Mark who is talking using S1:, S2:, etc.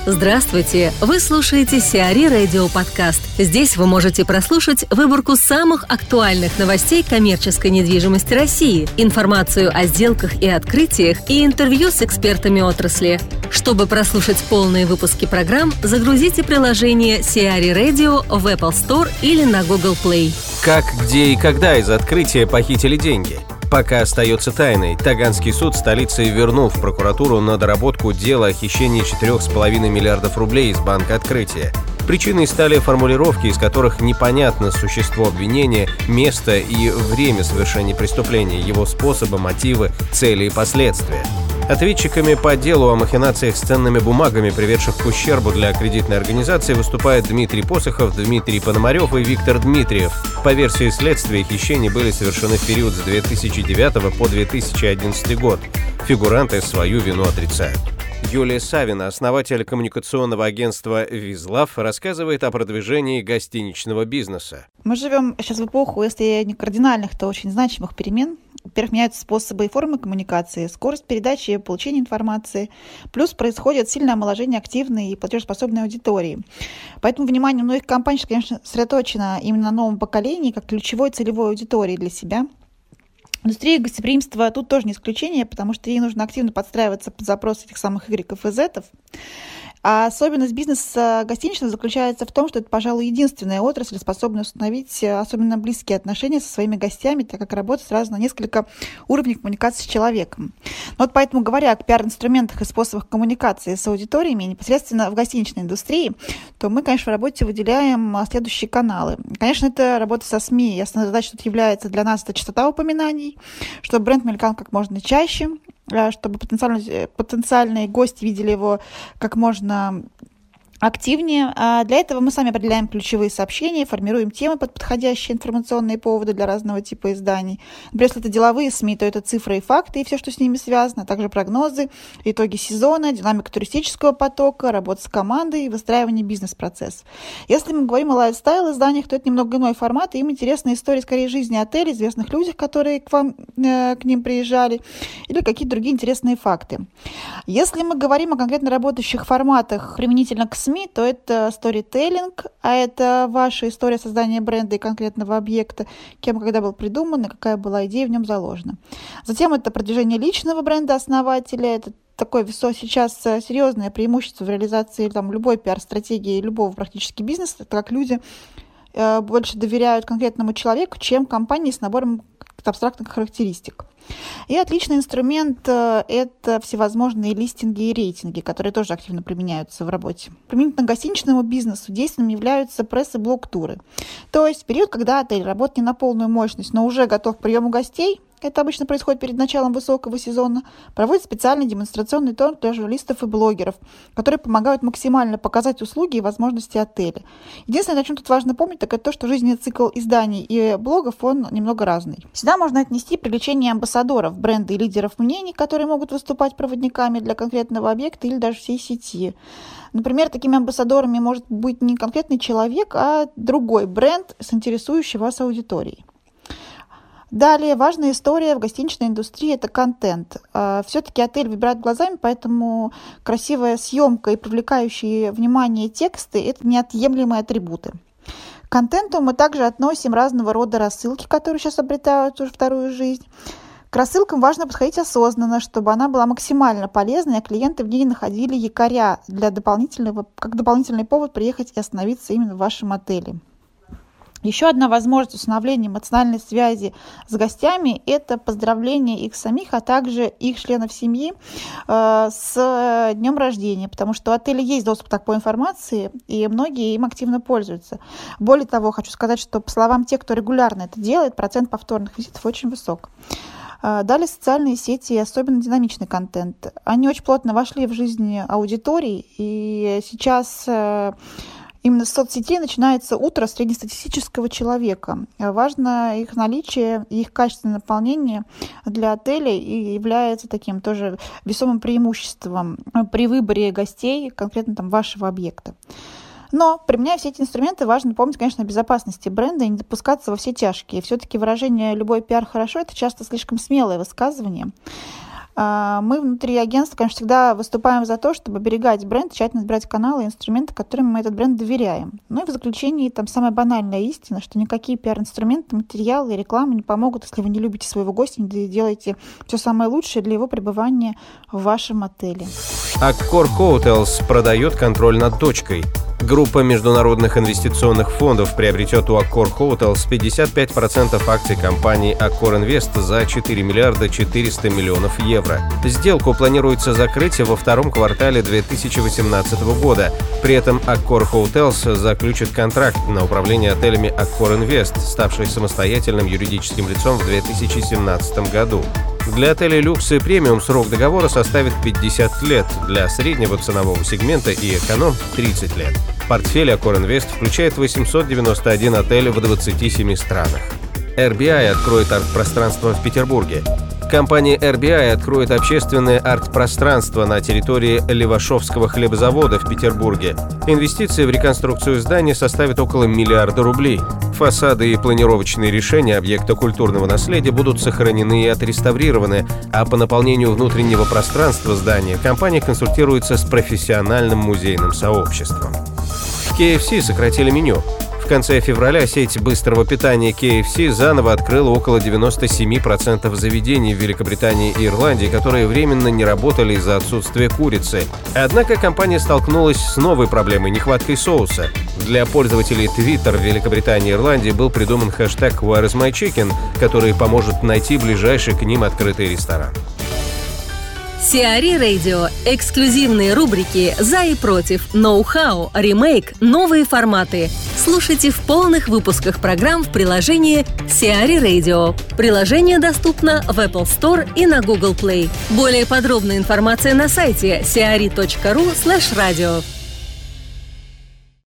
S1: Здравствуйте! Вы слушаете Сиари Радио Подкаст. Здесь вы можете прослушать выборку самых актуальных новостей коммерческой недвижимости России, информацию о сделках и открытиях и интервью с экспертами отрасли. Чтобы прослушать полные выпуски программ, загрузите приложение Сиари Radio в Apple Store или на Google Play.
S2: Как, где и когда из открытия похитили деньги? Пока остается тайной, Таганский суд столицы вернул в прокуратуру на доработку дела о хищении 4,5 миллиардов рублей из банка «Открытие». Причиной стали формулировки, из которых непонятно существо обвинения, место и время совершения преступления, его способы, мотивы, цели и последствия. Ответчиками по делу о махинациях с ценными бумагами, приведших к ущербу для кредитной организации, выступают Дмитрий Посохов, Дмитрий Пономарев и Виктор Дмитриев. По версии следствия, хищения были совершены в период с 2009 по 2011 год. Фигуранты свою вину отрицают. Юлия Савина, основатель коммуникационного агентства «Визлав», рассказывает о продвижении гостиничного бизнеса.
S3: Мы живем сейчас в эпоху, если не кардинальных, то очень значимых перемен. Во-первых, меняются способы и формы коммуникации, скорость передачи и получения информации. Плюс происходит сильное омоложение активной и платежеспособной аудитории. Поэтому внимание многих компаний, конечно, сосредоточено именно на новом поколении, как ключевой целевой аудитории для себя. Индустрия гостеприимства тут тоже не исключение, потому что ей нужно активно подстраиваться под запросы этих самых Y и Z. А особенность бизнеса гостиничного заключается в том, что это, пожалуй, единственная отрасль, способная установить особенно близкие отношения со своими гостями, так как работает сразу на несколько уровней коммуникации с человеком. Но вот поэтому, говоря о пиар-инструментах и способах коммуникации с аудиториями непосредственно в гостиничной индустрии, то мы, конечно, в работе выделяем следующие каналы. Конечно, это работа со СМИ. Основной задачей тут является для нас это частота упоминаний, чтобы бренд мелькал как можно чаще, чтобы потенциальные гости видели его как можно активнее. Для этого мы сами определяем ключевые сообщения, формируем темы под подходящие информационные поводы для разного типа изданий. Например, если это деловые СМИ, то это цифры и факты и все, что с ними связано, а также прогнозы, итоги сезона, динамика туристического потока, работа с командой и выстраивание бизнес-процессов. Если мы говорим о лайфстайл-изданиях, то это немного иной формат, и им интересны истории скорее жизни отелей, известных людях, которые к ним приезжали, или какие-то другие интересные факты. Если мы говорим о конкретно работающих форматах применительно к СМИ, то это сторителлинг, а это ваша история создания бренда и конкретного объекта, кем когда был придуман и какая была идея в нем заложена. Затем это продвижение личного бренда основателя, это такое сейчас серьезное преимущество в реализации любой пиар-стратегии любого практически бизнеса, это как люди больше доверяют конкретному человеку, чем компании с набором абстрактных характеристик. И отличный инструмент – это всевозможные листинги и рейтинги, которые тоже активно применяются в работе. Применительно к гостиничному бизнесу действенным являются пресс- и блок-туры. То есть в период, когда отель работает не на полную мощность, но уже готов к приему гостей, это обычно происходит перед началом высокого сезона, проводит специальный демонстрационный тур для журналистов и блогеров, которые помогают максимально показать услуги и возможности отеля. Единственное, о чем тут важно помнить, так это то, что жизненный цикл изданий и блогов, он немного разный. Сюда можно отнести привлечение амбассадоров, бренда и лидеров мнений, которые могут выступать проводниками для конкретного объекта или даже всей сети. Например, такими амбассадорами может быть не конкретный человек, а другой бренд с интересующей вас аудиторией. Далее, важная история в гостиничной индустрии – это контент. Все-таки отель выбирает глазами, поэтому красивая съемка и привлекающие внимание тексты – это неотъемлемые атрибуты. К контенту мы также относим разного рода рассылки, которые сейчас обретают уже вторую жизнь. К рассылкам важно подходить осознанно, чтобы она была максимально полезной, а клиенты в ней находили якоря как дополнительный повод приехать и остановиться именно в вашем отеле. Еще одна возможность установления эмоциональной связи с гостями – это поздравление их самих, а также их членов семьи с днем рождения, потому что у отеля есть доступ к такой информации, и многие им активно пользуются. Более того, хочу сказать, что по словам тех, кто регулярно это делает, процент повторных визитов очень высок. Далее социальные сети и особенно динамичный контент. Они очень плотно вошли в жизнь аудитории, и сейчас именно с соцсетей начинается утро среднестатистического человека. Важно их наличие и их качественное наполнение для отеля и является таким тоже весомым преимуществом при выборе гостей конкретно вашего объекта. Но, применяя все эти инструменты, важно помнить, конечно, о безопасности бренда и не допускаться во все тяжкие. Все-таки выражение «любой пиар хорошо» — это часто слишком смелое высказывание. Мы внутри агентства, конечно, всегда выступаем за то, чтобы оберегать бренд, тщательно избирать каналы и инструменты, которым мы этот бренд доверяем. Ну и в заключении там самая банальная истина, что никакие пиар-инструменты, материалы и реклама не помогут, если вы не любите своего гостя, не делаете все самое лучшее для его пребывания в вашем отеле.
S2: Accor Hotels продает контроль над точкой. Группа международных инвестиционных фондов приобретет у Accor Hotels 55% акций компании Accor Invest за 4 миллиарда 400 миллионов евро. Сделку планируется закрыть во втором квартале 2018 года. При этом Accor Hotels заключит контракт на управление отелями Accor Invest, ставший самостоятельным юридическим лицом в 2017 году. Для отелей люкс и премиум срок договора составит 50 лет, для среднего ценового сегмента и эконом – 30 лет. Портфель Accor Invest включает 891 отель в 27 странах. RBI откроет арт-пространство в Петербурге. Компания RBI откроет общественное арт-пространство на территории Левашовского хлебозавода в Петербурге. Инвестиции в реконструкцию здания составят около миллиарда рублей. Фасады и планировочные решения объекта культурного наследия будут сохранены и отреставрированы, а по наполнению внутреннего пространства здания компания консультируется с профессиональным музейным сообществом. KFC сократили меню. В конце февраля сеть быстрого питания KFC заново открыла около 97% заведений в Великобритании и Ирландии, которые временно не работали из-за отсутствия курицы. Однако компания столкнулась с новой проблемой – нехваткой соуса. Для пользователей Twitter в Великобритании и Ирландии был придуман хэштег «Where is my chicken», который поможет найти ближайший к ним открытый ресторан.
S1: Сиари Radio. Эксклюзивные рубрики «За и против», «Ноу-хау», «Ремейк», «Новые форматы». Слушайте в полных выпусках программ в приложении Сиари Radio. Приложение доступно в Apple Store и на Google Play. Более подробная информация на сайте siari.ru/radio.